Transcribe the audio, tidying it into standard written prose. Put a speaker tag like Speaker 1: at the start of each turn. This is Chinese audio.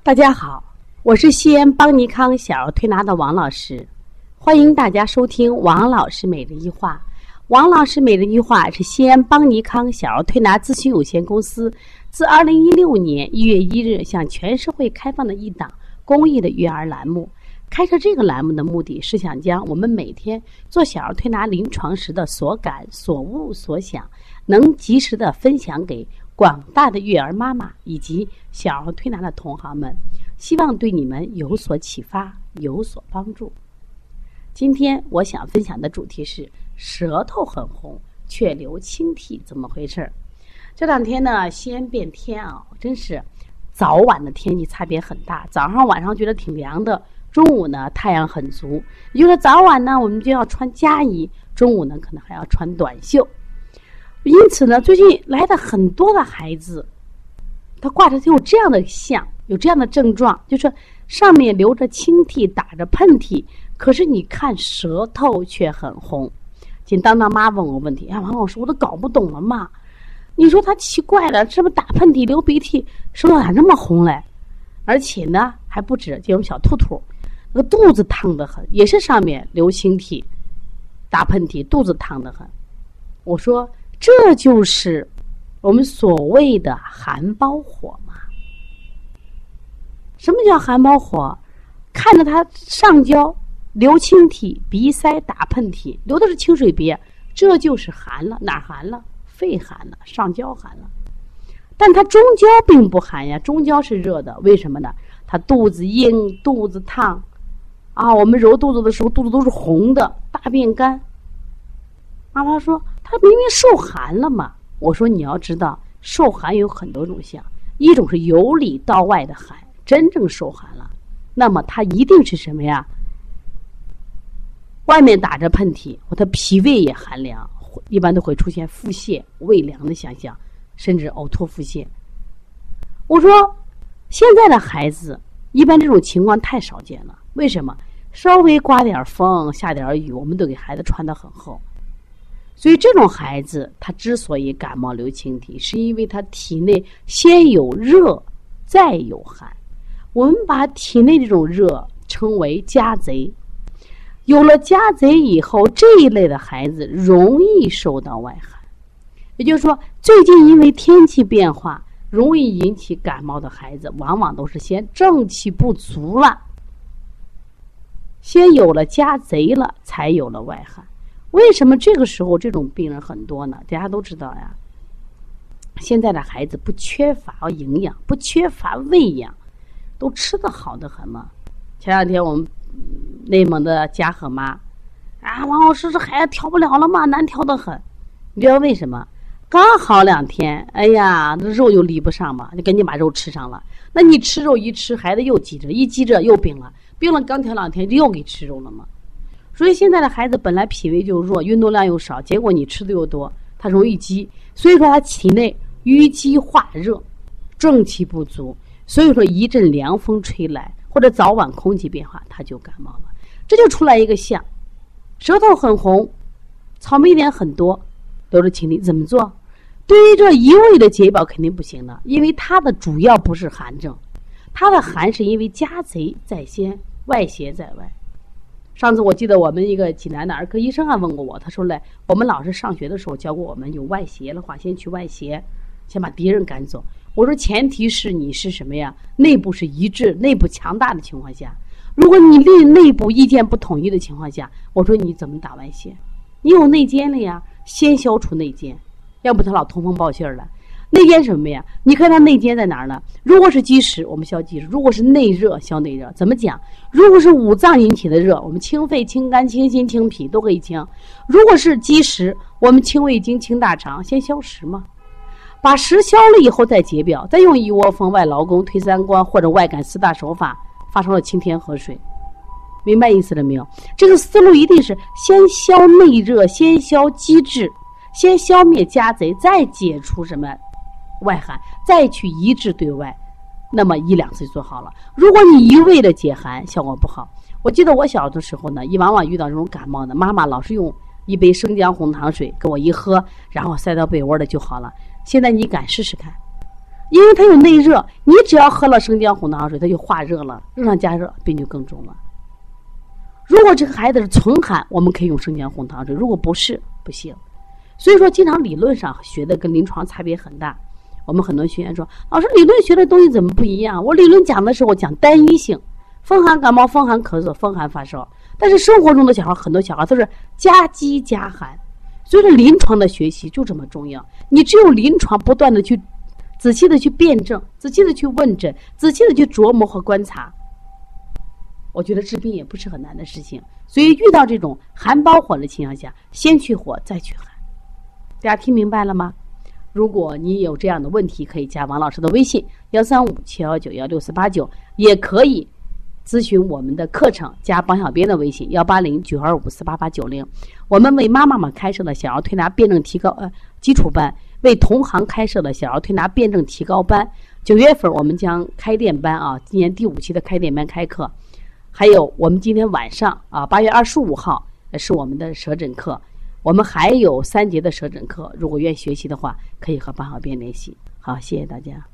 Speaker 1: 大家好，我是西安邦尼康小儿推拿的王老师，欢迎大家收听王老师每日一话。王老师每日一话是西安邦尼康小儿推拿咨询有限公司自2016年1月1日向全社会开放的一档公益的育儿栏目。开设这个栏目的目的是想将我们每天做小儿推拿临床时的所感、所悟、所想，能及时的分享给广大的育儿妈妈以及小儿推拿的同行们，希望对你们有所启发，有所帮助。今天我想分享的主题是舌头很红却流清涕，怎么回事？这两天呢，西安变天啊，真是早晚的天气差别很大，早上晚上觉得挺凉的，中午呢太阳很足，也就是早晚呢我们就要穿夹衣，中午呢可能还要穿短袖。因此呢，最近来的很多的孩子，他挂着有这样的像，有这样的症状，就是上面流着清涕，打着喷嚏，可是你看舌头却很红。紧当妈问我问题，王老师，我都搞不懂了嘛。你说他奇怪了，是不是打喷嚏、流鼻涕，舌头咋这么红嘞？而且呢，还不止，这种小兔兔，那个肚子烫得很，也是上面流清涕、打喷嚏，肚子烫得很。我说，这就是我们所谓的寒包火嘛。什么叫寒包火？看着它上焦流清涕，鼻塞打喷嚏，流的是清水鼻，这就是寒了。哪儿寒了？肺寒了，上焦寒了。但它中焦并不寒呀，中焦是热的。为什么呢？它肚子硬，肚子烫啊。我们揉肚子的时候，肚子都是红的，大便干。妈妈说他明明受寒了嘛。我说你要知道，受寒有很多种象，一种是由里到外的寒，真正受寒了，那么它一定是什么呀？外面打着喷嚏，或他脾胃也寒凉，一般都会出现腹泻、胃凉的现象，甚至呕吐腹泻。我说现在的孩子一般这种情况太少见了，为什么？稍微刮点风下点雨，我们都给孩子穿得很厚。所以这种孩子他之所以感冒流清涕，是因为他体内先有热再有寒。我们把体内这种热称为家贼，有了家贼以后，这一类的孩子容易受到外寒。也就是说，最近因为天气变化容易引起感冒的孩子，往往都是先正气不足了，先有了家贼了，才有了外寒。为什么这个时候这种病人很多呢？大家都知道呀，现在的孩子不缺乏营养，不缺乏喂养，都吃得好得很嘛。前两天我们内蒙的家和妈王老师，这孩子调不了了嘛，难调得很。你知道为什么？刚好2天，哎呀，这肉就离不上嘛，就赶紧把肉吃上了。那你吃肉一吃，孩子又急着，一急着又病了，病了刚调2天就又给吃肉了嘛。所以现在的孩子本来脾胃就弱，运动量又少，结果你吃的又多，他容易积，所以说他体内淤积化热，正气不足，所以说一阵凉风吹来，或者早晚空气变化，他就感冒了。这就出来一个象，舌头很红，草莓点很多，流着清涕，怎么做？对于这一味的解表肯定不行的，因为它的主要不是寒症，它的寒是因为家贼在先，外邪在外。上次我记得我们一个济南的儿科医生问过我，他说嘞，我们老师上学的时候教过我们，有外邪的话先去外邪，先把敌人赶走。我说前提是你是什么呀？内部是一致，内部强大的情况下。如果你内部意见不统一的情况下，我说你怎么打外邪？你有内奸了呀，先消除内奸，要不他老通风报信了。内奸什么呀？你看他内奸在哪儿呢？如果是积食，我们消积食；如果是内热，消内热。怎么讲？如果是五脏引起的热，我们清肺、清肝、清心、清脾都可以清；如果是积食，我们清胃经、清大肠，先消食嘛。把食消了以后再解表，再用一窝蜂、外劳宫、推三关或者外感4大手法发生了清天河水。明白意思了没有？这个思路一定是先消内热，先消积滞，先消灭家贼，再解除什么外寒，再去一致对外，那么1-2次就做好了。如果你一味的解寒，效果不好。我记得我小的时候呢，往往遇到这种感冒的，妈妈老是用一杯生姜红糖水给我一喝，然后塞到被窝里就好了。现在你敢试试看， 因为它有内热，你只要喝了生姜红糖水，它就化热了，热上加热，病就更重了。如果这个孩子是纯寒，我们可以用生姜红糖水；如果不是，不行。所以说，经常理论上学的跟临床差别很大。我们很多学员说：“老师，理论学的东西怎么不一样？我理论讲的时候讲单一性，风寒感冒、风寒咳嗽、风寒发烧，但是生活中的小孩，很多小孩都是加积加寒。所以说，临床的学习就这么重要。你只有临床不断的去仔细的去辩证，仔细的去问诊，仔细的去琢磨和观察。我觉得治病也不是很难的事情。所以遇到这种寒包火的情况下，先去火再去寒。大家听明白了吗？如果你有这样的问题，可以加王老师的微信13571916489，也可以咨询我们的课程，加王小编的微信18092548890。我们为妈妈们开设了小儿推拿辩证提高基础班，为同行开设了小儿推拿辩证提高班。9月份我们将开店班啊，今年第5期的开店班开课。还有我们今天晚上啊，8月25号是我们的舌诊课。我们还有3节的舌诊课，如果愿意学习的话，可以和王小编联系。好，谢谢大家。